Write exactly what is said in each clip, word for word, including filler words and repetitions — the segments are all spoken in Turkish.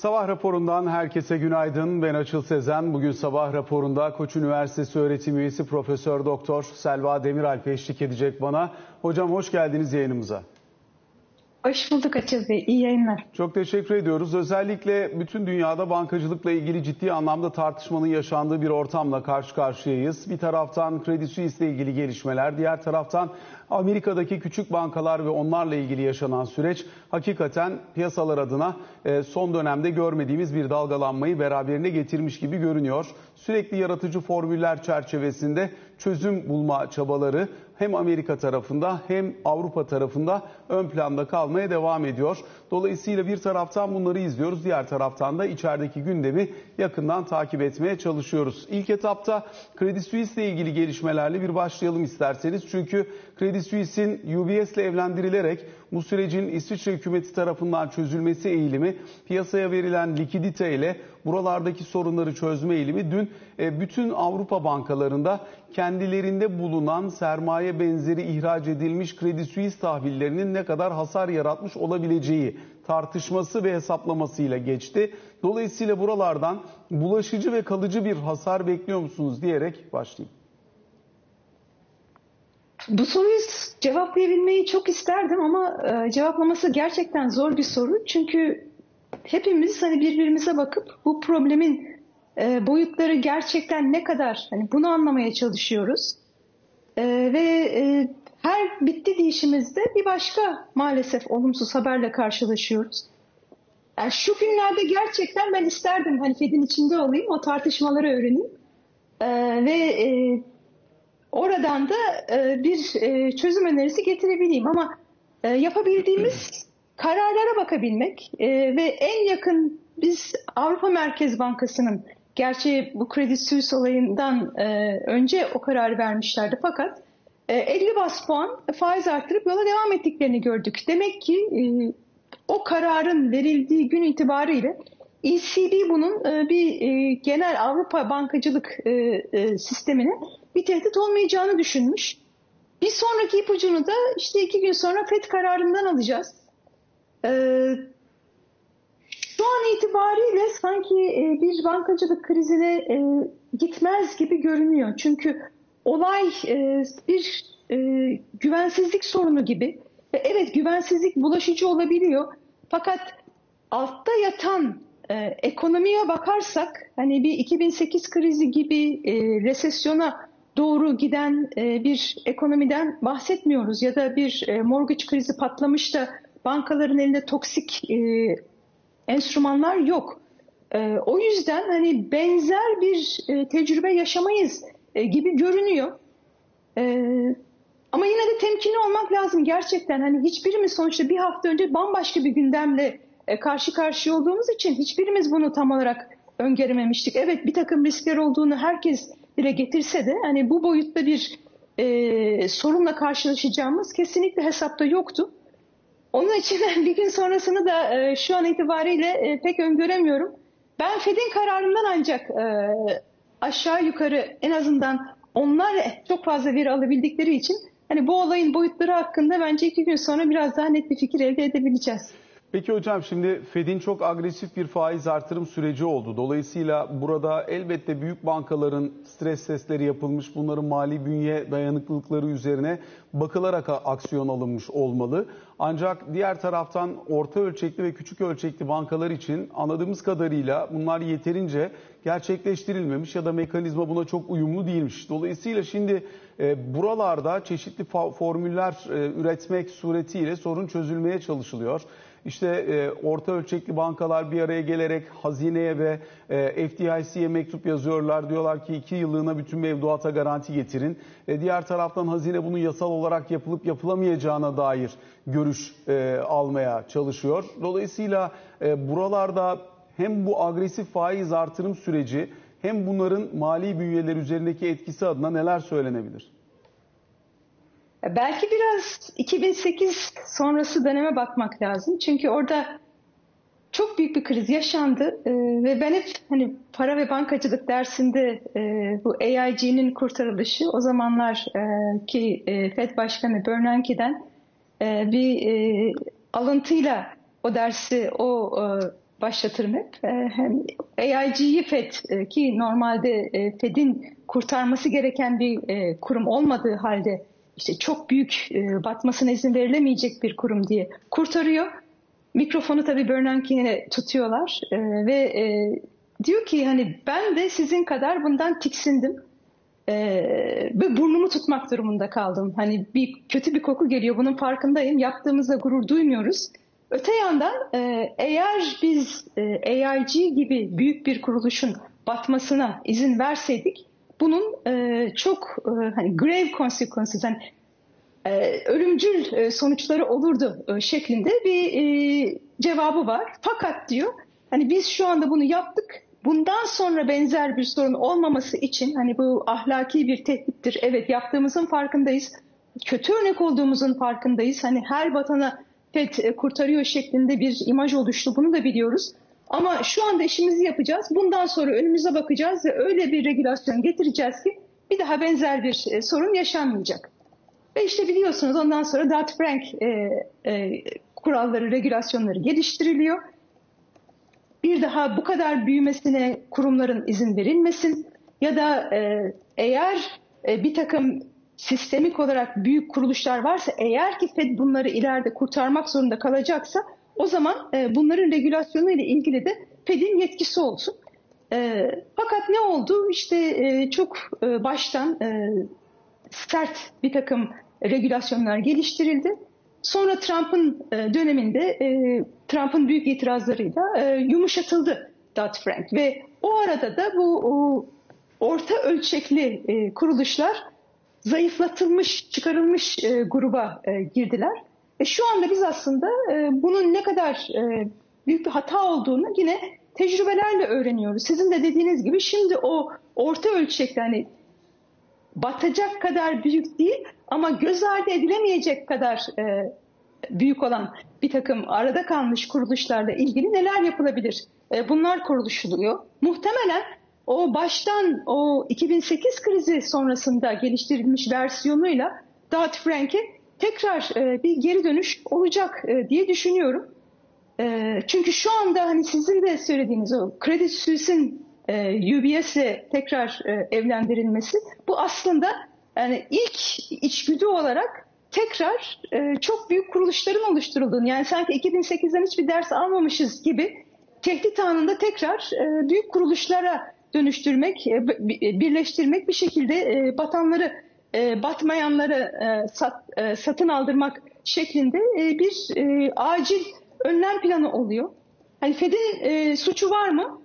Sabah raporundan herkese günaydın. Ben Açıl Sezen. Bugün sabah raporunda Koç Üniversitesi öğretim üyesi Profesör Doktor Selva Demiralp eşlik edecek bana. Hocam hoş geldiniz yayınımıza. Hoş bulduk Açıl Bey. İyi yayınlar. Çok teşekkür ediyoruz. Özellikle bütün dünyada bankacılıkla ilgili ciddi anlamda tartışmanın yaşandığı bir ortamla karşı karşıyayız. Bir taraftan Credit Suisse ile ilgili gelişmeler, diğer taraftan Amerika'daki küçük bankalar ve onlarla ilgili yaşanan süreç hakikaten piyasalar adına son dönemde görmediğimiz bir dalgalanmayı beraberine getirmiş gibi görünüyor. Sürekli yaratıcı formüller çerçevesinde çözüm bulma çabaları hem Amerika tarafında hem Avrupa tarafında ön planda kalmaya devam ediyor. Dolayısıyla bir taraftan bunları izliyoruz, diğer taraftan da içerideki gündemi yakından takip etmeye çalışıyoruz. İlk etapta Credit Suisse ile ilgili gelişmelerle bir başlayalım isterseniz. Çünkü Credit Suisse'in U B S ile evlendirilerek bu sürecin İsviçre hükümeti tarafından çözülmesi eğilimi, piyasaya verilen likidite ile buralardaki sorunları çözme eğilimi dün bütün Avrupa bankalarında kendilerinde bulunan sermaye benzeri ihraç edilmiş Credit Suisse tahvillerinin ne kadar hasar yaratmış olabileceği tartışması ve hesaplamasıyla geçti. Dolayısıyla buralardan bulaşıcı ve kalıcı bir hasar bekliyor musunuz diyerek başlayayım. Bu soruyu cevaplayabilmeyi çok isterdim ama cevaplaması gerçekten zor bir soru. Çünkü hepimiz hani birbirimize bakıp bu problemin boyutları gerçekten ne kadar, hani bunu anlamaya çalışıyoruz. Ve her bitti deyişimizde bir başka maalesef olumsuz haberle karşılaşıyoruz. Yani şu günlerde gerçekten ben isterdim hani Fed'in içinde olayım, o tartışmaları öğreneyim. Ve oradan da bir çözüm önerisi getirebileyim. Ama yapabildiğimiz kararlara bakabilmek ve en yakın biz Avrupa Merkez Bankası'nın, gerçi bu Credit Suisse olayından önce o kararı vermişlerdi fakat elli bas puan faiz arttırıp yola devam ettiklerini gördük. Demek ki o kararın verildiği gün itibariyle E C B bunun bir genel Avrupa bankacılık sistemine bir tehdit olmayacağını düşünmüş. Bir sonraki ipucunu da işte iki gün sonra Fed kararından alacağız. Şu an itibariyle sanki bir bankacılık krizine gitmez gibi görünüyor. Çünkü olay bir güvensizlik sorunu gibi. Evet, güvensizlik bulaşıcı olabiliyor. Fakat altta yatan ekonomiye bakarsak hani bir iki bin sekiz krizi gibi resesyona doğru giden bir ekonomiden bahsetmiyoruz. Ya da bir mortgage krizi patlamış da bankaların elinde toksik enstrümanlar yok. O yüzden hani benzer bir tecrübe yaşamayız gibi görünüyor. Ama yine de temkinli olmak lazım gerçekten. Hani hiçbirimiz sonuçta bir hafta önce bambaşka bir gündemle karşı karşıya olduğumuz için hiçbirimiz bunu tam olarak öngörememiştik. Evet, bir takım riskler olduğunu herkes dile getirse de hani bu boyutta bir e, sorunla karşılaşacağımız kesinlikle hesapta yoktu. Onun için bir gün sonrasını da e, şu an itibariyle e, pek öngöremiyorum. Ben Fed'in kararından ancak e, aşağı yukarı en azından onlar çok fazla veri alabildikleri için hani bu olayın boyutları hakkında bence iki gün sonra biraz daha net bir fikir elde edebileceğiz. Peki hocam, şimdi Fed'in çok agresif bir faiz artırım süreci oldu. Dolayısıyla burada elbette büyük bankaların stres testleri yapılmış, bunların mali bünye dayanıklılıkları üzerine bakılarak aksiyon alınmış olmalı. Ancak diğer taraftan orta ölçekli ve küçük ölçekli bankalar için anladığımız kadarıyla bunlar yeterince gerçekleştirilmemiş ya da mekanizma buna çok uyumlu değilmiş. Dolayısıyla şimdi e, buralarda çeşitli formüller e, üretmek suretiyle sorun çözülmeye çalışılıyor. İşte e, orta ölçekli bankalar bir araya gelerek hazineye ve e, F D I C'ye mektup yazıyorlar. Diyorlar ki iki yıllığına bütün mevduata garanti getirin. E, diğer taraftan hazine bunu yasal olarak yapılıp yapılamayacağına dair görüş e, almaya çalışıyor. Dolayısıyla e, buralarda hem bu agresif faiz artırım süreci hem bunların mali bünyeler üzerindeki etkisi adına neler söylenebilir? Belki biraz iki bin sekiz sonrası döneme bakmak lazım. Çünkü orada çok büyük bir kriz yaşandı ee, ve ben hep hani para ve bankacılık dersinde e, bu A I G'nin kurtarılışı, o zamanlar e, ki e, Fed Başkanı Bernanke'den e, bir e, alıntıyla o dersi, o e, başlatırım hep. Hem A I G'yi Fed ki normalde Fed'in kurtarması gereken bir kurum olmadığı halde işte çok büyük batmasına izin verilemeyecek bir kurum diye kurtarıyor. Mikrofonu tabii Bernanke'ye tutuyorlar ve diyor ki hani ben de sizin kadar bundan tiksindim. Ve burnumu tutmak durumunda kaldım. Hani bir kötü bir koku geliyor, bunun farkındayım. Yaptığımızda gurur duymuyoruz. Öte yandan eğer biz A I G gibi büyük bir kuruluşun batmasına izin verseydik, bunun çok hani grave consequences, yani ölümcül sonuçları olurdu şeklinde bir cevabı var. Fakat diyor, hani biz şu anda bunu yaptık. Bundan sonra benzer bir sorun olmaması için hani bu ahlaki bir tehdittir. Evet, yaptığımızın farkındayız. Kötü örnek olduğumuzun farkındayız. Hani her vatana Fed kurtarıyor şeklinde bir imaj oluştu. Bunu da biliyoruz. Ama şu anda işimizi yapacağız. Bundan sonra önümüze bakacağız ve öyle bir regülasyon getireceğiz ki bir daha benzer bir sorun yaşanmayacak. Ve işte biliyorsunuz ondan sonra Dodd-Frank e, e, kuralları, regülasyonları geliştiriliyor. Bir daha bu kadar büyümesine kurumların izin verilmesin ya da e, eğer e, bir takım sistemik olarak büyük kuruluşlar varsa, eğer ki Fed bunları ileride kurtarmak zorunda kalacaksa, o zaman e, bunların regülasyonu ile ilgili de Fed'in yetkisi olsun. E, fakat ne oldu? İşte e, çok e, baştan e, sert bir takım regülasyonlar geliştirildi. Sonra Trump'ın döneminde Trump'ın büyük itirazlarıyla yumuşatıldı Dodd-Frank ve o arada da bu orta ölçekli kuruluşlar zayıflatılmış, çıkarılmış gruba girdiler. E şu anda biz aslında bunun ne kadar büyük bir hata olduğunu yine tecrübelerle öğreniyoruz. Sizin de dediğiniz gibi şimdi o orta ölçekli, hani batacak kadar büyük değil ama göz ardı edilemeyecek kadar e, büyük olan bir takım arada kalmış kuruluşlarla ilgili neler yapılabilir? E, bunlar konuşuluyor. Muhtemelen o baştan o iki bin sekiz krizi sonrasında geliştirilmiş versiyonuyla Dodd-Frank'e tekrar e, bir geri dönüş olacak e, diye düşünüyorum. E, çünkü şu anda hani sizin de söylediğiniz o Credit Suisse'in U B S'le tekrar evlendirilmesi, bu aslında yani ilk içgüdü olarak tekrar çok büyük kuruluşların oluşturulduğunu, yani sanki iki bin sekizden hiçbir ders almamışız gibi tehdit anında tekrar büyük kuruluşlara dönüştürmek, birleştirmek, bir şekilde batanları, batmayanları satın aldırmak şeklinde bir acil önlem planı oluyor. Hani Fed'in suçu var mı?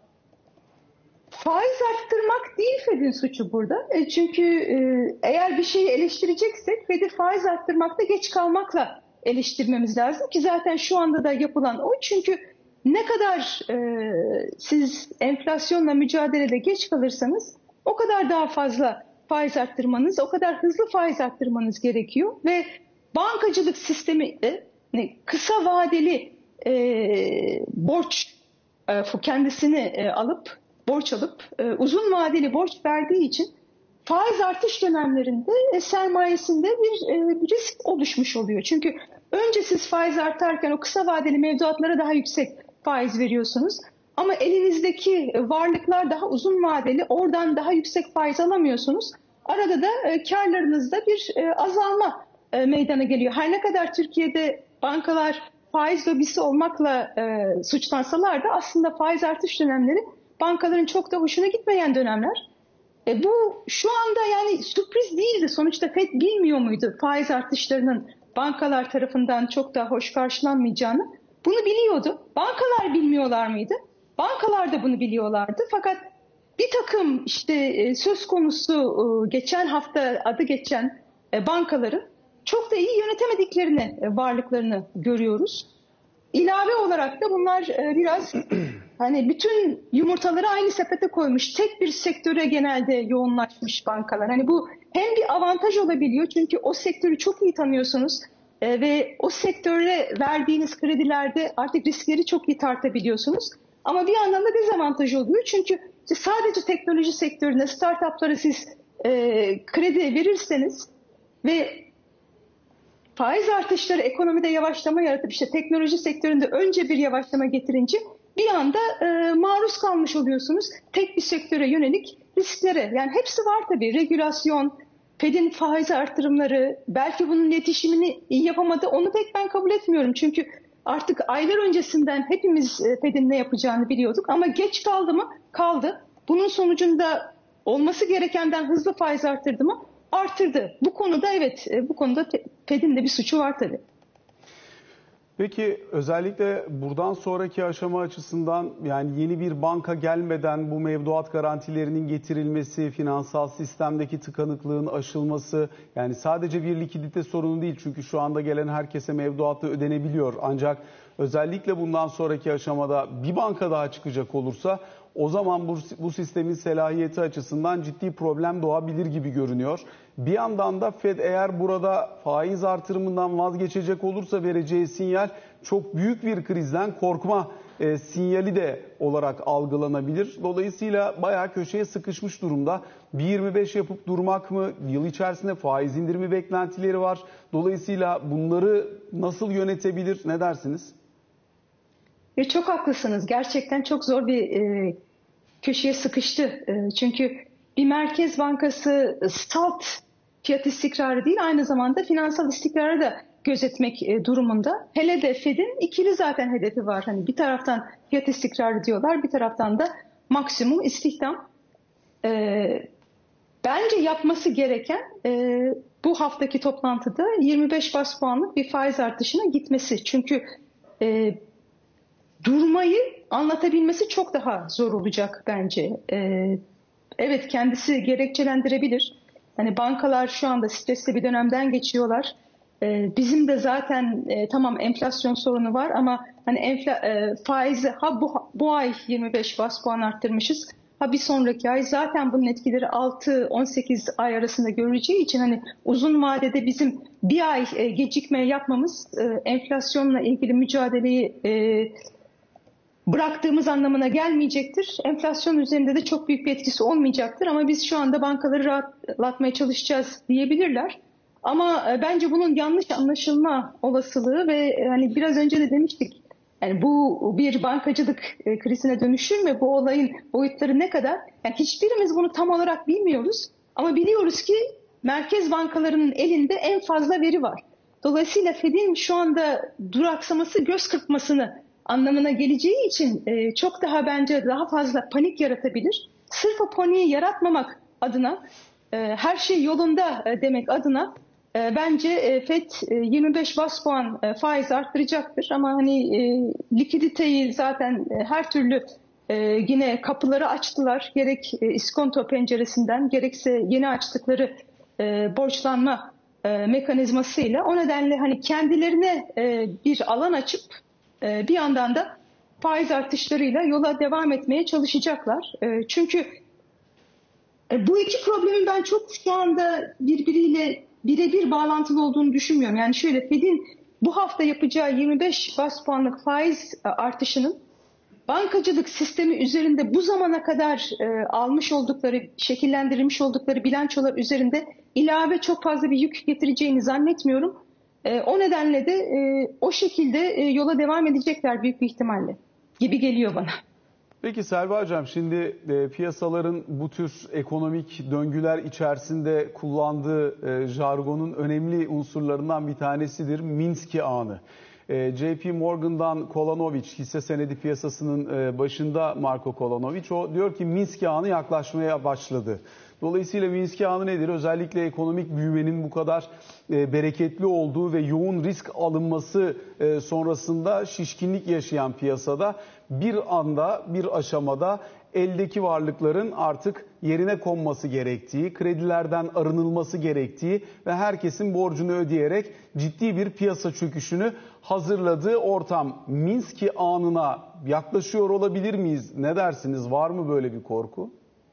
Faiz arttırmak değil Fed'in suçu burada. E çünkü e, eğer bir şeyi eleştireceksek Fed'i faiz arttırmakta geç kalmakla eleştirmemiz lazım ki zaten şu anda da yapılan o. Çünkü ne kadar e, siz enflasyonla mücadelede geç kalırsanız o kadar daha fazla faiz arttırmanız, o kadar hızlı faiz arttırmanız gerekiyor ve bankacılık sistemi de ne, kısa vadeli e, borç e, kendisini e, alıp borç alıp e, uzun vadeli borç verdiği için faiz artış dönemlerinde e, sermayesinde bir e, risk oluşmuş oluyor. Çünkü önce siz faiz artarken o kısa vadeli mevduatlara daha yüksek faiz veriyorsunuz. Ama elinizdeki varlıklar daha uzun vadeli, oradan daha yüksek faiz alamıyorsunuz. Arada da e, karlarınızda bir e, azalma e, meydana geliyor. Her ne kadar Türkiye'de bankalar faiz lobisi olmakla e, suçlansalar da aslında faiz artış dönemleri bankaların çok da hoşuna gitmeyen dönemler. E bu şu anda yani sürpriz değildi. Sonuçta Fed bilmiyor muydu faiz artışlarının bankalar tarafından çok da hoş karşılanmayacağını? Bunu biliyordu. Bankalar bilmiyorlar mıydı? Bankalar da bunu biliyorlardı. Fakat bir takım işte söz konusu geçen hafta adı geçen bankaların çok da iyi yönetemediklerini, varlıklarını görüyoruz. İlave olarak da bunlar biraz hani bütün yumurtaları aynı sepete koymuş, tek bir sektöre genelde yoğunlaşmış bankalar. Hani bu hem bir avantaj olabiliyor çünkü o sektörü çok iyi tanıyorsunuz e, ve o sektöre verdiğiniz kredilerde artık riskleri çok iyi tartabiliyorsunuz. Ama bir yandan da dezavantaj oluyor çünkü işte sadece teknoloji sektörüne, startuplara siz e, kredi verirseniz ve faiz artışları ekonomide yavaşlama yaratıp işte teknoloji sektöründe önce bir yavaşlama getirince bir anda e, maruz kalmış oluyorsunuz tek bir sektöre yönelik risklere. Yani hepsi var tabii. Regülasyon, Fed'in faiz artırımları, belki bunun iletişimini iyi yapamadı. Onu pek ben kabul etmiyorum. Çünkü artık aylar öncesinden hepimiz e, Fed'in ne yapacağını biliyorduk. Ama geç kaldı mı? Kaldı. Bunun sonucunda olması gerekenden hızlı faiz arttırdı mı? Artırdı. Bu konuda evet, e, bu konuda Fed'in de bir suçu var tabii. Peki özellikle buradan sonraki aşama açısından, yani yeni bir banka gelmeden bu mevduat garantilerinin getirilmesi, finansal sistemdeki tıkanıklığın aşılması, yani sadece bir likidite sorunu değil çünkü şu anda gelen herkese mevduatla ödenebiliyor. Ancak özellikle bundan sonraki aşamada bir banka daha çıkacak olursa o zaman bu, bu sistemin selahiyeti açısından ciddi problem doğabilir gibi görünüyor. Bir yandan da Fed eğer burada faiz artırımından vazgeçecek olursa vereceği sinyal çok büyük bir krizden korkma e, sinyali de olarak algılanabilir. Dolayısıyla bayağı köşeye sıkışmış durumda. bir yirmi beş yapıp durmak mı? Yıl içerisinde faiz indirimi beklentileri var. Dolayısıyla bunları nasıl yönetebilir? Ne dersiniz? Ve çok haklısınız. Gerçekten çok zor bir e, köşeye sıkıştı. E, çünkü bir merkez bankası salt fiyat istikrarı değil, aynı zamanda finansal istikrarı da gözetmek e, durumunda. Hele de Fed'in ikili zaten hedefi var. Hani bir taraftan fiyat istikrarı diyorlar, bir taraftan da maksimum istihdam. E, bence yapması gereken e, bu haftaki toplantıda yirmi beş bas puanlık bir faiz artışına gitmesi. Çünkü e, durmayı anlatabilmesi çok daha zor olacak bence. Ee, evet, kendisi gerekçelendirebilir. Hani bankalar şu anda stresli bir dönemden geçiyorlar. Ee, bizim de zaten e, tamam enflasyon sorunu var ama hani enfla, e, faizi ha bu, bu ay yirmi beş bas puan arttırmışız. Ha bir sonraki ay zaten bunun etkileri altı on sekiz ay arasında görüleceği için hani uzun vadede bizim bir ay e, gecikme yapmamız e, enflasyonla ilgili mücadeleyi e, bıraktığımız anlamına gelmeyecektir. Enflasyon üzerinde de çok büyük bir etkisi olmayacaktır ama biz şu anda bankaları rahatlatmaya çalışacağız diyebilirler. Ama bence bunun yanlış anlaşılma olasılığı ve hani biraz önce de demiştik, yani bu bir bankacılık krizine dönüşür mü? Bu olayın boyutları ne kadar? Yani hiçbirimiz bunu tam olarak bilmiyoruz ama biliyoruz ki merkez bankalarının elinde en fazla veri var. Dolayısıyla Fed'in şu anda duraksaması göz kırpmasını anlamına geleceği için e, çok daha bence daha fazla panik yaratabilir. Sırf o paniği yaratmamak adına, e, her şey yolunda e, demek adına e, bence e, Fed e, yirmi beş bas puan e, faiz arttıracaktır. Ama hani e, likiditeyi zaten e, her türlü e, yine kapıları açtılar. Gerek e, iskonto penceresinden gerekse yeni açtıkları e, borçlanma e, mekanizmasıyla. O nedenle hani kendilerine e, bir alan açıp bir yandan da faiz artışlarıyla yola devam etmeye çalışacaklar. Çünkü bu iki problemin ben çok şu anda birbiriyle birebir bağlantılı olduğunu düşünmüyorum. Yani şöyle, Fed'in bu hafta yapacağı yirmi beş bas puanlık faiz artışının bankacılık sistemi üzerinde bu zamana kadar almış oldukları, şekillendirilmiş oldukları bilançolar üzerinde ilave çok fazla bir yük getireceğini zannetmiyorum. E, o nedenle de e, o şekilde e, yola devam edecekler büyük bir ihtimalle gibi geliyor bana. Peki Selva Hocam, şimdi e, piyasaların bu tür ekonomik döngüler içerisinde kullandığı e, jargonun önemli unsurlarından bir tanesidir Minsky anı. E, J P Morgan'dan Kolanovic, hisse senedi piyasasının e, başında Marko Kolanovic, o diyor ki Minsky anı yaklaşmaya başladı. Dolayısıyla Minsky anı nedir? Özellikle ekonomik büyümenin bu kadar e, bereketli olduğu ve yoğun risk alınması e, sonrasında şişkinlik yaşayan piyasada bir anda, bir aşamada eldeki varlıkların artık yerine konması gerektiği, kredilerden arınılması gerektiği ve herkesin borcunu ödeyerek ciddi bir piyasa çöküşünü hazırladığı ortam. Minsky anına yaklaşıyor olabilir miyiz? Ne dersiniz? Var mı böyle bir korku?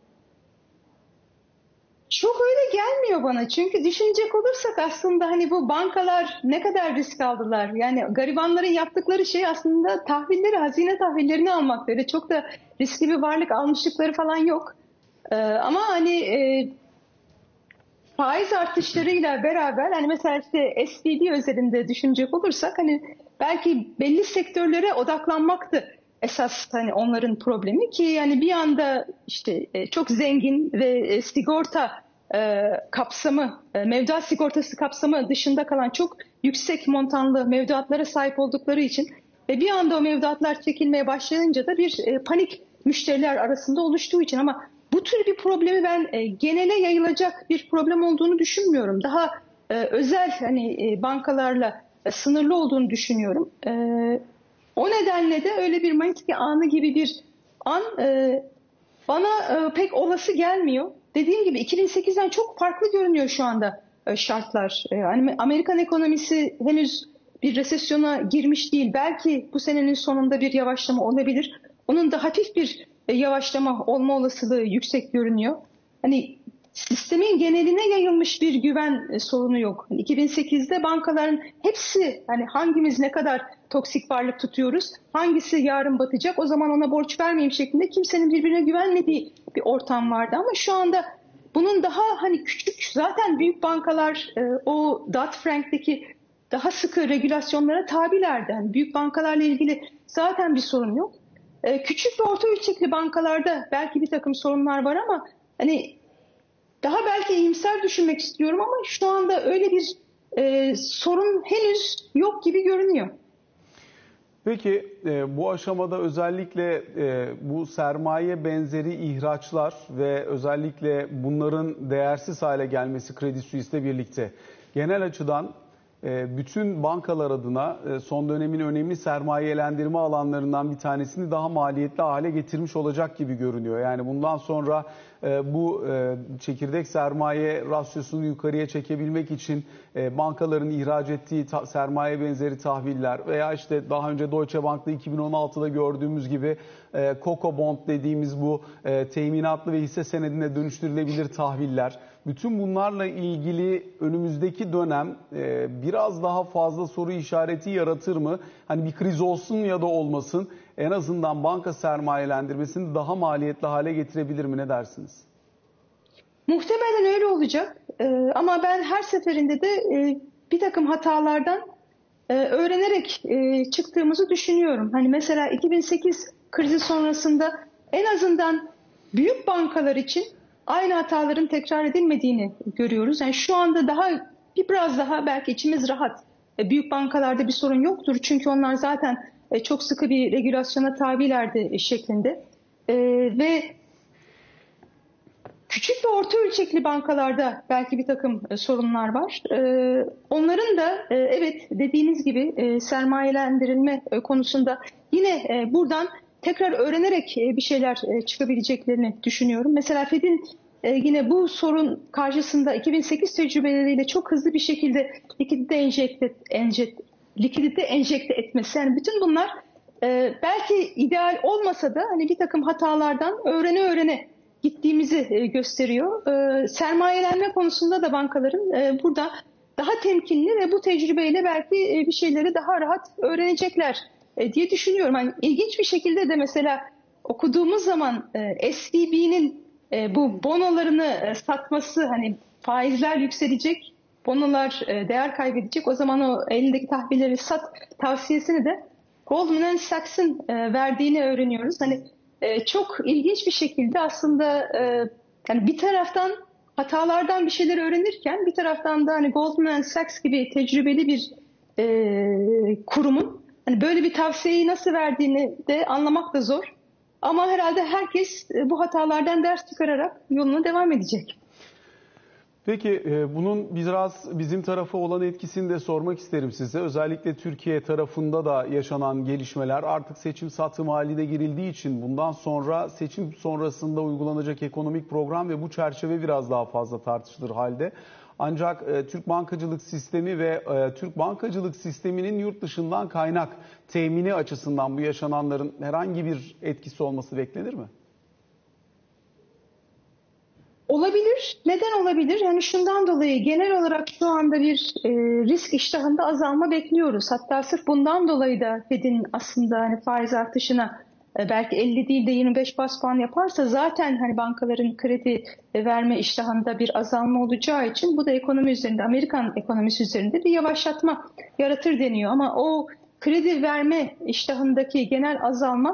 Çok öyle gelmiyor bana. Çünkü düşünecek olursak aslında hani bu bankalar ne kadar risk aldılar? Yani garibanların yaptıkları şey aslında tahvilleri, hazine tahvillerini almak. Öyle çok da riskli bir varlık almışlıkları falan yok. Ee, ama hani e, faiz artışlarıyla beraber hani mesela işte S V B özelinde düşünecek olursak hani belki belli sektörlere odaklanmaktı esas hani onların problemi ki yani bir anda işte e, çok zengin ve e, sigorta e, kapsamı, e, mevduat sigortası kapsamı dışında kalan çok yüksek montanlı mevduatlara sahip oldukları için ve bir anda o mevduatlar çekilmeye başlayınca da bir e, panik müşteriler arasında oluştuğu için ama bu tür bir problemi ben e, genele yayılacak bir problem olduğunu düşünmüyorum. Daha e, özel hani e, bankalarla e, sınırlı olduğunu düşünüyorum. E, o nedenle de öyle bir Magnitsky anı gibi bir an e, bana e, pek olası gelmiyor. Dediğim gibi iki bin sekizden çok farklı görünüyor şu anda e, şartlar. E, yani Amerikan ekonomisi henüz bir resesyona girmiş değil. Belki bu senenin sonunda bir yavaşlama olabilir. Onun da hafif bir e, yavaşlama olma olasılığı yüksek görünüyor. Hani sistemin geneline yayılmış bir güven e, sorunu yok. Hani iki bin sekizde bankaların hepsi hani hangimiz ne kadar toksik varlık tutuyoruz, hangisi yarın batacak, o zaman ona borç vermeyeyim şeklinde kimsenin birbirine güvenmediği bir ortam vardı. Ama şu anda bunun daha hani küçük, zaten büyük bankalar e, o Dodd-Frank'teki daha sıkı regülasyonlara tabilerdi. Yani büyük bankalarla ilgili zaten bir sorun yok. E, küçük ve orta ölçekli bankalarda belki bir takım sorunlar var ama hani daha belki iyimser düşünmek istiyorum ama şu anda öyle bir e, sorun henüz yok gibi görünüyor. Peki e, bu aşamada özellikle e, bu sermaye benzeri ihraçlar ve özellikle bunların değersiz hale gelmesi Credit Suisse'le birlikte genel açıdan e, bütün bankalar adına e, son dönemin önemli sermayelendirme alanlarından bir tanesini daha maliyetli hale getirmiş olacak gibi görünüyor. Yani bundan sonra e, bu e, çekirdek sermaye rasyosunu yukarıya çekebilmek için e, bankaların ihraç ettiği ta, sermaye benzeri tahviller veya işte daha önce Deutsche Bank'ta iki bin on altıda gördüğümüz gibi e, Coco Bond dediğimiz bu e, teminatlı ve hisse senedine dönüştürülebilir tahviller. Bütün bunlarla ilgili önümüzdeki dönem e, biraz daha fazla soru işareti yaratır mı? Hani bir kriz olsun ya da olmasın, en azından banka sermayelendirmesini daha maliyetli hale getirebilir mi? Ne dersiniz? Muhtemelen öyle olacak. Ee, ama ben her seferinde de e, bir takım hatalardan e, öğrenerek e, çıktığımızı düşünüyorum. Hani mesela iki bin sekiz krizi sonrasında en azından büyük bankalar için aynı hataların tekrar edilmediğini görüyoruz. Yani şu anda daha bir biraz daha belki içimiz rahat. E, büyük bankalarda bir sorun yoktur çünkü onlar zaten e, çok sıkı bir regülasyona tabilerdi e, şeklinde. E, ve küçük ve orta ölçekli bankalarda belki bir takım e, sorunlar var. E, onların da e, evet dediğiniz gibi e, sermayelendirilme e, konusunda yine e, buradan tekrar öğrenerek e, bir şeyler e, çıkabileceklerini düşünüyorum. Mesela Fed'in e, yine bu sorun karşısında iki bin sekiz tecrübeleriyle çok hızlı bir şekilde likidite enjekte, enjekte, likidite enjekte etmesi. Yani bütün bunlar e, belki ideal olmasa da hani bir takım hatalardan öğrene öğrene gittiğimizi e, gösteriyor. E, sermayelenme konusunda da bankaların e, burada daha temkinli ve bu tecrübeyle belki e, bir şeyleri daha rahat öğrenecekler e, diye düşünüyorum. Yani ilginç bir şekilde de mesela okuduğumuz zaman e, S V B'nin e, bu bonolarını e, satması, hani faizler yükselecek, bonolar e, değer kaybedecek, o zaman o elindeki tahvilleri sat tavsiyesini de Goldman Sachs'ın e, verdiğini öğreniyoruz. Hani e, çok ilginç bir şekilde aslında e, yani bir taraftan hatalardan bir şeyler öğrenirken bir taraftan da hani Goldman Sachs gibi tecrübeli bir e, kurumun hani böyle bir tavsiyeyi nasıl verdiğini de anlamak da zor. Ama herhalde herkes e, bu hatalardan ders çıkararak yoluna devam edecek. Peki bunun biraz bizim tarafa olan etkisini de sormak isterim size. Özellikle Türkiye tarafında da yaşanan gelişmeler, artık seçim satım haline girildiği için bundan sonra seçim sonrasında uygulanacak ekonomik program ve bu çerçeve biraz daha fazla tartışılır halde. Ancak e, Türk bankacılık sistemi ve e, Türk bankacılık sisteminin yurt dışından kaynak temini açısından bu yaşananların herhangi bir etkisi olması beklenir mi? Olabilir. Neden olabilir? Yani şundan dolayı genel olarak şu anda bir e, risk iştahında azalma bekliyoruz. Hatta sırf bundan dolayı da Fed'in aslında hani faiz artışına e, belki elli değil de yirmi beş bas puan yaparsa zaten hani bankaların kredi verme iştahında bir azalma olacağı için bu da ekonomi üzerinde, Amerikan ekonomisi üzerinde bir yavaşlatma yaratır deniyor. Ama o kredi verme iştahındaki genel azalma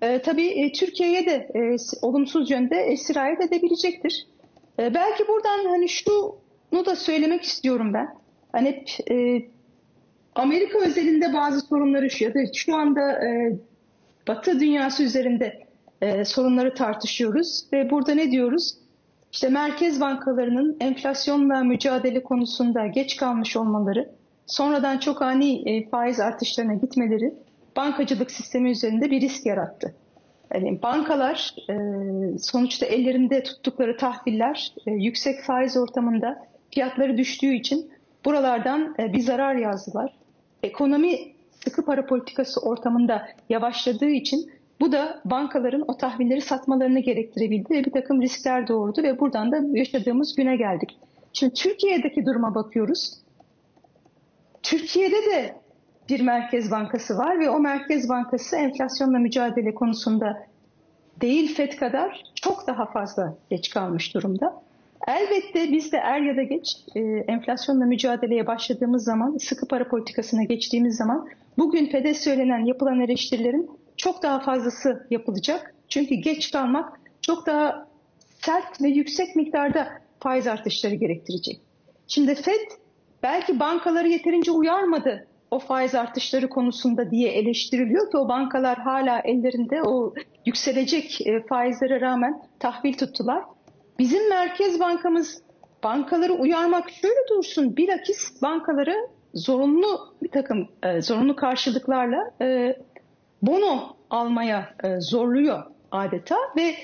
e, tabii e, Türkiye'ye de e, olumsuz yönde e, sirayet edebilecektir. E, belki buradan hani şunu da söylemek istiyorum ben. Hani hep e, Amerika özelinde bazı sorunları şu ya da şu anda e, Batı dünyası üzerinde e, sorunları tartışıyoruz ve burada ne diyoruz? İşte merkez bankalarının enflasyonla mücadele konusunda geç kalmış olmaları, sonradan çok ani e, faiz artışlarına gitmeleri bankacılık sistemi üzerinde bir risk yarattı. Yani bankalar e, sonuçta ellerinde tuttukları tahviller e, yüksek faiz ortamında fiyatları düştüğü için buralardan e, bir zarar yazdılar. Ekonomi sıkı para politikası ortamında yavaşladığı için bu da bankaların o tahvilleri satmalarını gerektirebildi ve bir takım riskler doğurdu ve buradan da yaşadığımız güne geldik. Şimdi Türkiye'deki duruma bakıyoruz. Türkiye'de de bir merkez bankası var ve o merkez bankası enflasyonla mücadele konusunda değil F E D kadar çok daha fazla geç kalmış durumda. Elbette biz de er ya da geç e, enflasyonla mücadeleye başladığımız zaman, sıkı para politikasına geçtiğimiz zaman bugün F E D'e söylenen, yapılan eleştirilerin çok daha fazlası yapılacak. Çünkü geç kalmak çok daha sert ve yüksek miktarda faiz artışları gerektirecek. Şimdi F E D belki bankaları yeterince uyarmadı o faiz artışları konusunda diye eleştiriliyor ki o bankalar hala ellerinde o yükselecek faizlere rağmen tahvil tuttular. Bizim Merkez Bankamız bankaları uyarmak şöyle dursun, bilakis bankaları zorunlu bir takım e, zorunlu karşılıklarla e, bono almaya e, zorluyor adeta ve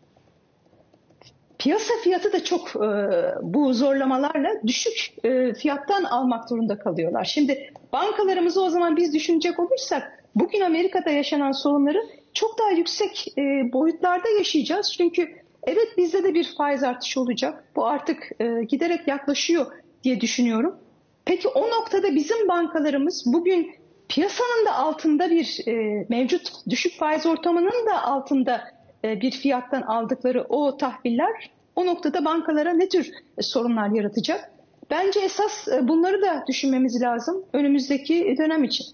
piyasa fiyatı da çok e, bu zorlamalarla düşük e, fiyattan almak zorunda kalıyorlar. Şimdi bankalarımızı o zaman biz düşünecek olursak bugün Amerika'da yaşanan sorunları çok daha yüksek e, boyutlarda yaşayacağız. Çünkü evet bizde de bir faiz artışı olacak. Bu artık e, giderek yaklaşıyor diye düşünüyorum. Peki o noktada bizim bankalarımız bugün piyasanın da altında bir e, mevcut düşük faiz ortamının da altında e, bir fiyattan aldıkları o tahviller o noktada bankalara ne tür e, sorunlar yaratacak? Bence esas e, bunları da düşünmemiz lazım önümüzdeki dönem için.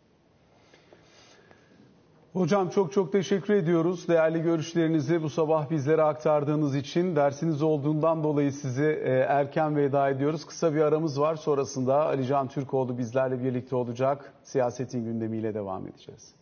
Hocam çok çok teşekkür ediyoruz. Değerli görüşlerinizi bu sabah bizlere aktardığınız için, dersiniz olduğundan dolayı sizi erken veda ediyoruz. Kısa bir aramız var. Sonrasında Ali Can Türkoğlu bizlerle birlikte olacak. Siyasetin gündemiyle devam edeceğiz.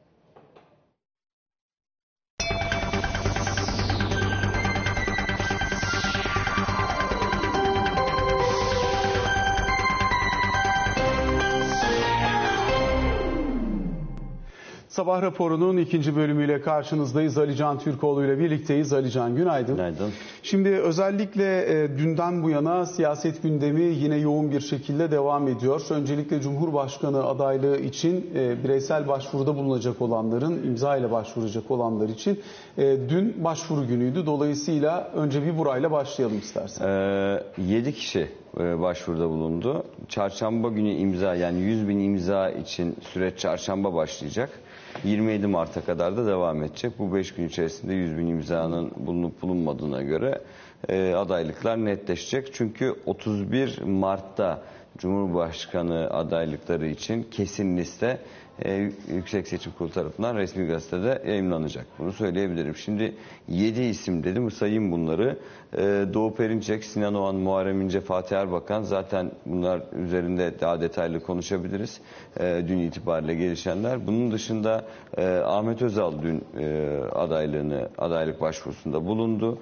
Sabah raporunun ikinci bölümüyle karşınızdayız. Ali Can Türkoğlu ile birlikteyiz. Ali Can, günaydın. Günaydın. Şimdi özellikle e, dünden bu yana siyaset gündemi yine yoğun bir şekilde devam ediyor. Öncelikle Cumhurbaşkanı adaylığı için e, bireysel başvuruda bulunacak olanların, imza ile başvuracak olanlar için e, dün başvuru günüydü. Dolayısıyla önce bir burayla başlayalım istersen. Ee, yedi kişi e, başvuruda bulundu. Çarşamba günü imza, yani yüz bin imza için süreç çarşamba başlayacak. yirmi yedi Mart'a kadar da devam edecek. Bu beş gün içerisinde yüz bin imzanın bulunup bulunmadığına göre e, adaylıklar netleşecek. Çünkü otuz bir Mart'ta Cumhurbaşkanı adaylıkları için kesin liste e, Yüksek Seçim Kurulu tarafından resmi gazetede yayımlanacak. Bunu söyleyebilirim. Şimdi yedi isim dedim, sayayım bunları. E, Doğu Perinçek, Sinan Oğan, Muharrem İnce, Fatih Erbakan, zaten bunlar üzerinde daha detaylı konuşabiliriz. E, dün itibariyle gelişenler. Bunun dışında e, Ahmet Özal dün e, adaylığını, adaylık başvurusunda bulundu.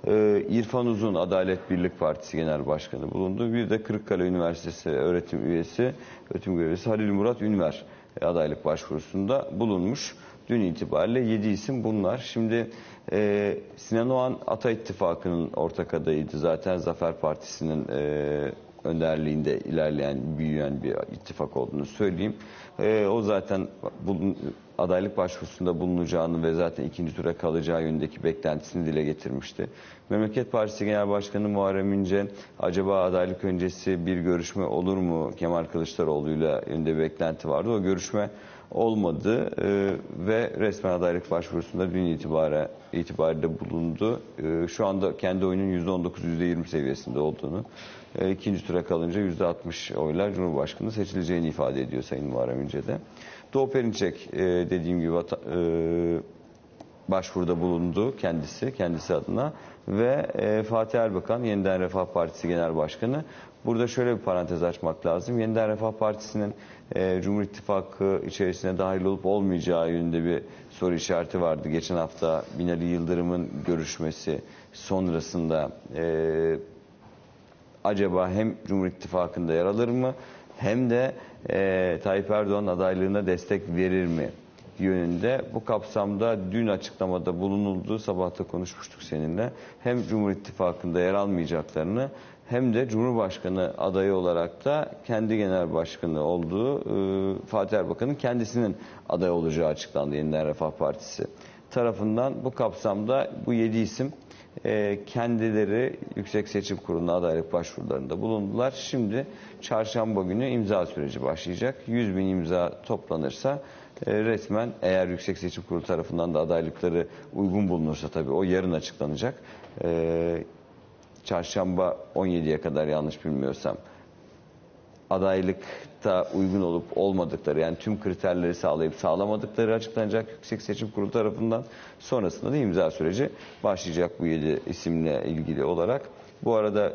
İrfan Uzun, Adalet Birlik Partisi Genel Başkanı bulundu. Bir de Kırıkkale Üniversitesi öğretim üyesi, öğretim görevlisi Halil Murat Ünver adaylık başvurusunda bulunmuş. Dün itibariyle yedi isim bunlar. Şimdi e, Sinan Oğan Ata İttifakı'nın ortak adayıydı. Zaten Zafer Partisi'nin e, önderliğinde ilerleyen, büyüyen bir ittifak olduğunu söyleyeyim. E, o zaten bulun, adaylık başvurusunda bulunacağını ve zaten ikinci tura kalacağı yönündeki beklentisini dile getirmişti. Memleket Partisi Genel Başkanı Muharrem İnce, acaba adaylık öncesi bir görüşme olur mu Kemal Kılıçdaroğlu'yla yönünde bir beklenti vardı. O görüşme olmadı e, ve resmen adaylık başvurusunda dün itibariyle, itibariyle bulundu. E, şu anda kendi oyunun yüzde on dokuz yüzde yirmi seviyesinde olduğunu, e, ikinci tura kalınca yüzde altmış oylar Cumhurbaşkanı seçileceğini ifade ediyor Sayın Muharrem İnce de. Doğu Perinçek e, dediğim gibi e, başvuruda bulundu kendisi, kendisi adına ve e, Fatih Erbakan, Yeniden Refah Partisi Genel Başkanı. Burada şöyle bir parantez açmak lazım. Yeniden Refah Partisi'nin e, Cumhur İttifakı içerisine dahil olup olmayacağı yönünde bir soru işareti vardı. Geçen hafta Binali Yıldırım'ın görüşmesi sonrasında e, acaba hem Cumhur İttifakı'nda yer alır mı hem de e, Tayyip Erdoğan adaylığına destek verir mi yönünde. Bu kapsamda dün açıklamada bulunuldu. Sabah da konuşmuştuk seninle. Hem Cumhur İttifakı'nda yer almayacaklarını hem de Cumhurbaşkanı adayı olarak da kendi genel başkanı olduğu e, Fatih Erbakan'ın kendisinin aday olacağı açıklandı Yeniden Refah Partisi tarafından. Bu kapsamda bu yedi isim e, kendileri Yüksek Seçim Kurulu'na adaylık başvurularında bulundular. Şimdi çarşamba günü imza süreci başlayacak. yüz bin imza toplanırsa e, resmen, eğer Yüksek Seçim Kurulu tarafından da adaylıkları uygun bulunursa, tabii o yarın açıklanacak. E, Çarşamba on yediye kadar, yanlış bilmiyorsam, adaylıkta uygun olup olmadıkları, yani tüm kriterleri sağlayıp sağlamadıkları açıklanacak Yüksek Seçim Kurulu tarafından. Sonrasında da imza süreci başlayacak bu yedi isimle ilgili olarak. Bu arada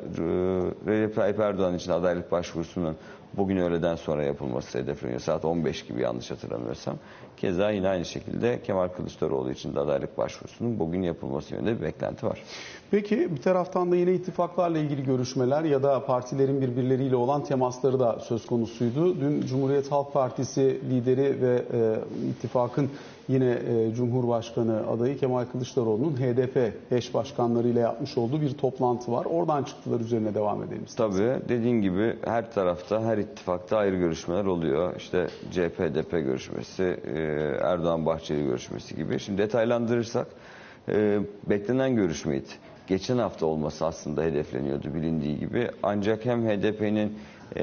Recep Tayyip Erdoğan için adaylık başvurusunun bugün öğleden sonra yapılması hedefleniyor. Saat on beş gibi, yanlış hatırlamıyorsam. Keza yine aynı şekilde Kemal Kılıçdaroğlu için de adaylık başvurusunun bugün yapılması yönünde bir beklenti var. Peki bir taraftan da yine ittifaklarla ilgili görüşmeler ya da partilerin birbirleriyle olan temasları da söz konusuydu. Dün Cumhuriyet Halk Partisi lideri ve e, ittifakın yine e, Cumhurbaşkanı adayı Kemal Kılıçdaroğlu'nun H D P eş başkanlarıyla yapmış olduğu bir toplantı var. Oradan çıktılar üzerine devam edelim istedim. Tabii dediğin gibi her tarafta, her ittifakta ayrı görüşmeler oluyor. İşte C H P H D P görüşmesi, e, Erdoğan Bahçeli görüşmesi gibi. Şimdi detaylandırırsak e, beklenen görüşmeydi. Geçen hafta olması aslında hedefleniyordu bilindiği gibi. Ancak hem H D P'nin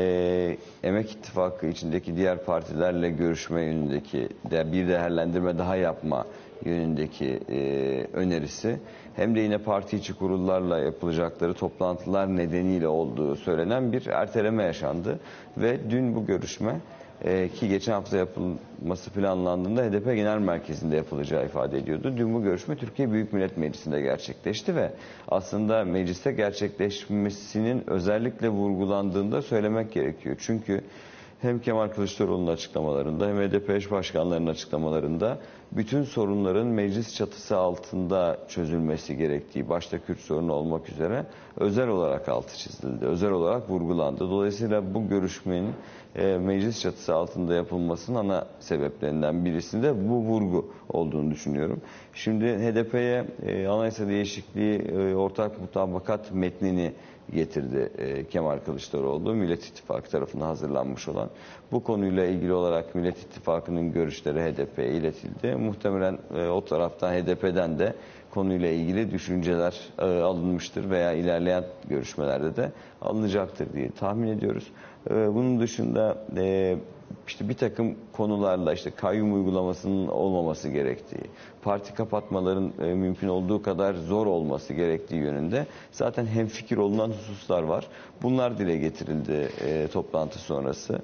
e, Emek İttifakı içindeki diğer partilerle görüşme yönündeki de bir değerlendirme daha yapma yönündeki e, önerisi, hem de yine parti içi kurullarla yapılacakları toplantılar nedeniyle olduğu söylenen bir erteleme yaşandı. Ve dün bu görüşme, Ee, ki geçen hafta yapılması planlandığında H D P Genel Merkezi'nde yapılacağı ifade ediyordu. Dün bu görüşme Türkiye Büyük Millet Meclisi'nde gerçekleşti ve aslında mecliste gerçekleşmesinin özellikle vurgulandığında söylemek gerekiyor. Çünkü hem Kemal Kılıçdaroğlu'nun açıklamalarında hem H D P eş başkanlarının açıklamalarında bütün sorunların meclis çatısı altında çözülmesi gerektiği, başta Kürt sorunu olmak üzere özel olarak altı çizildi, özel olarak vurgulandı. Dolayısıyla bu görüşmenin e, meclis çatısı altında yapılmasının ana sebeplerinden birisinde bu vurgu olduğunu düşünüyorum. Şimdi H D P'ye e, anayasa değişikliği e, ortak mutabakat metnini getirdi e, Kemal Kılıçdaroğlu, Millet İttifakı tarafından hazırlanmış olan. Bu konuyla ilgili olarak Millet İttifakı'nın görüşleri H D P'ye iletildi. Muhtemelen e, o taraftan H D P'den de konuyla ilgili düşünceler e, alınmıştır veya ilerleyen görüşmelerde de alınacaktır diye tahmin ediyoruz. E, bunun dışında e, işte bir takım konularla, işte kayyum uygulamasının olmaması gerektiği, parti kapatmaların e, mümkün olduğu kadar zor olması gerektiği yönünde zaten hemfikir olunan hususlar var. Bunlar dile getirildi e, toplantı sonrası.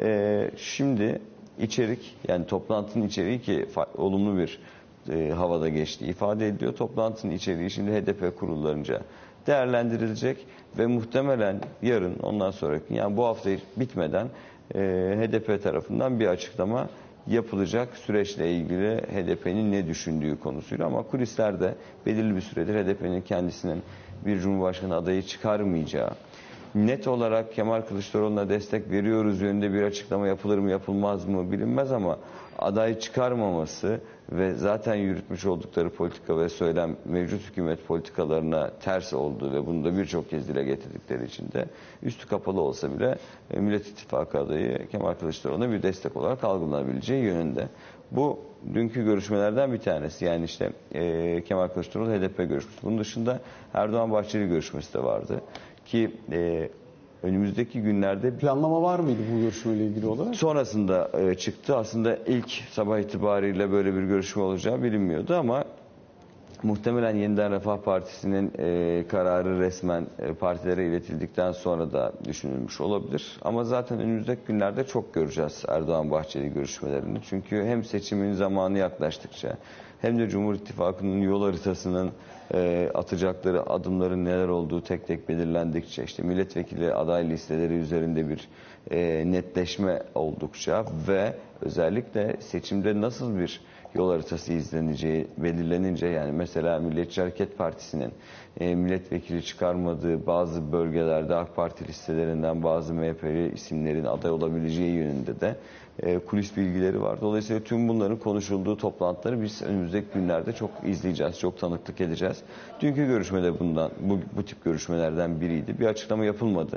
E, şimdi içerik, yani toplantının içeriği ki olumlu bir e, havada geçtiği ifade ediliyor. Toplantının içeriği şimdi H D P kurullarınca değerlendirilecek ve muhtemelen yarın, ondan sonraki, yani bu hafta bitmeden e, H D P tarafından bir açıklama yapılacak süreçle ilgili, H D P'nin ne düşündüğü konusuyla. Ama kulislerde belirli bir süredir H D P'nin kendisinin bir Cumhurbaşkanı adayı çıkarmayacağı, net olarak Kemal Kılıçdaroğlu'na destek veriyoruz yönünde bir açıklama yapılır mı yapılmaz mı bilinmez, ama aday çıkarmaması ve zaten yürütmüş oldukları politika ve söylem mevcut hükümet politikalarına ters olduğu ve bunu da birçok kez dile getirdikleri için de üstü kapalı olsa bile Millet İttifakı adayı Kemal Kılıçdaroğlu'na bir destek olarak algılanabileceği yönünde. Bu dünkü görüşmelerden bir tanesi. Yani işte e, Kemal Kılıçdaroğlu H D P görüşmesi. Bunun dışında Erdoğan Bahçeli görüşmesi de vardı. Ki e, önümüzdeki günlerde planlama var mıydı bu görüşmeyle ilgili olarak? Sonrasında e, çıktı. Aslında ilk sabah itibariyle böyle bir görüşme olacağı bilinmiyordu ama muhtemelen Yeniden Refah Partisi'nin e, kararı resmen e, partilere iletildikten sonra da düşünülmüş olabilir. Ama zaten önümüzdeki günlerde çok göreceğiz Erdoğan Bahçeli görüşmelerini. Çünkü hem seçimin zamanı yaklaştıkça hem de Cumhur İttifakı'nın yol haritasının e, atacakları adımların neler olduğu tek tek belirlendikçe, işte milletvekili aday listeleri üzerinde bir e, netleşme oldukça ve özellikle seçimde nasıl bir yol haritası izleneceği belirlenince, yani mesela Milliyetçi Hareket Partisi'nin e, milletvekili çıkarmadığı bazı bölgelerde AK Parti listelerinden bazı M H P'li isimlerin aday olabileceği yönünde de e, kulis bilgileri var. Dolayısıyla tüm bunların konuşulduğu toplantıları biz önümüzdeki günlerde çok izleyeceğiz, çok tanıklık edeceğiz. Dünkü görüşmede bundan, bu, bu tip görüşmelerden biriydi. Bir açıklama yapılmadı.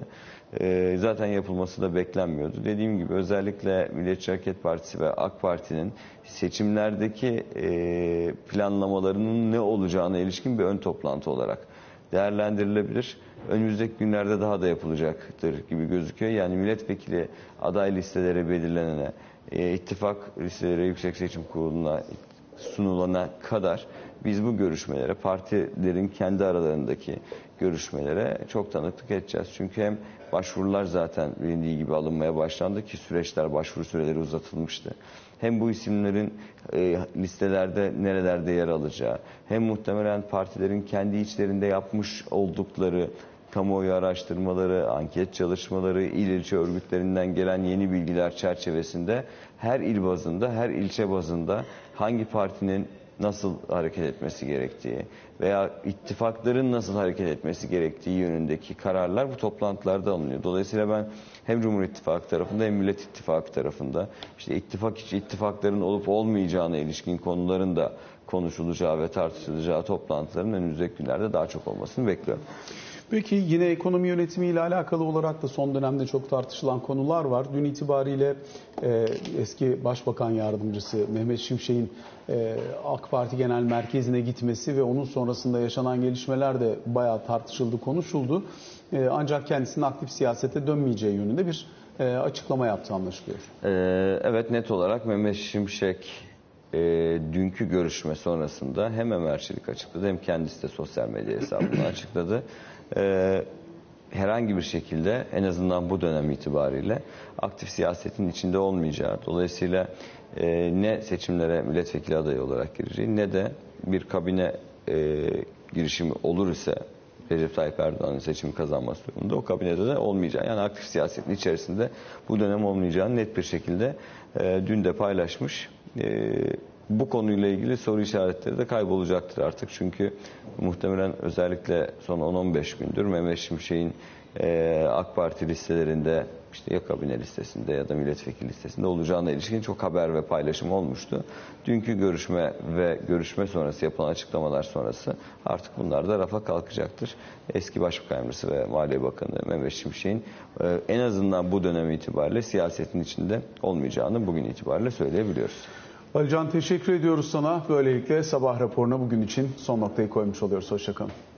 E, zaten yapılması da beklenmiyordu. Dediğim gibi özellikle Milliyetçi Hareket Partisi ve AK Parti'nin seçimlerdeki e, planlamalarının ne olacağına ilişkin bir ön toplantı olarak değerlendirilebilir. Önümüzdeki günlerde daha da yapılacaktır gibi gözüküyor. Yani milletvekili aday listeleri belirlenene, e, ittifak listeleri Yüksek Seçim Kurulu'na sunulana kadar biz bu görüşmelere, partilerin kendi aralarındaki görüşmelere çok tanıklık edeceğiz. Çünkü hem başvurular zaten bilindiği gibi alınmaya başlandı ki süreçler, başvuru süreleri uzatılmıştı. Hem bu isimlerin e, listelerde nerelerde yer alacağı, hem muhtemelen partilerin kendi içlerinde yapmış oldukları kamuoyu araştırmaları, anket çalışmaları, il ilçe örgütlerinden gelen yeni bilgiler çerçevesinde her il bazında, her ilçe bazında hangi partinin nasıl hareket etmesi gerektiği veya ittifakların nasıl hareket etmesi gerektiği yönündeki kararlar bu toplantılarda alınıyor. Dolayısıyla ben hem Cumhur İttifakı tarafında hem Millet İttifakı tarafında işte ittifak içi ittifakların olup olmayacağına ilişkin konuların da konuşulacağı ve tartışılacağı toplantıların önümüzdeki günlerde daha çok olmasını bekliyorum. Peki yine ekonomi yönetimi ile alakalı olarak da son dönemde çok tartışılan konular var. Dün itibariyle e, eski Başbakan Yardımcısı Mehmet Şimşek'in e, AK Parti Genel Merkezi'ne gitmesi ve onun sonrasında yaşanan gelişmeler de bayağı tartışıldı, konuşuldu. E, ancak kendisinin aktif siyasete dönmeyeceği yönünde bir e, açıklama yaptı anlaşılıyor. Ee, evet, net olarak Mehmet Şimşek e, dünkü görüşme sonrasında hem Ömer Çelik açıkladı hem kendisi de sosyal medya hesabını açıkladı. Ee, herhangi bir şekilde en azından bu dönem itibariyle aktif siyasetin içinde olmayacağı, dolayısıyla e, ne seçimlere milletvekili adayı olarak gireceği ne de bir kabine e, girişimi olur ise Recep Tayyip Erdoğan'ın seçimi kazanması durumunda o kabinede de olmayacağı, yani aktif siyasetin içerisinde bu dönem olmayacağını net bir şekilde e, dün de paylaşmış. E, Bu konuyla ilgili soru işaretleri de kaybolacaktır artık. Çünkü muhtemelen özellikle son on on beş gündür Mehmet Şimşek'in e, AK Parti listelerinde, işte ya kabine listesinde ya da milletvekili listesinde olacağına ilişkin çok haber ve paylaşım olmuştu. Dünkü görüşme ve görüşme sonrası yapılan açıklamalar sonrası artık bunlar da rafa kalkacaktır. Eski Başbakan Yardımcısı ve Maliye Bakanı Mehmet Şimşek'in e, en azından bu dönem itibariyle siyasetin içinde olmayacağını bugün itibariyle söyleyebiliyoruz. Alican, teşekkür ediyoruz sana. Böylelikle sabah raporuna bugün için son noktayı koymuş oluyoruz. Hoşça kalın.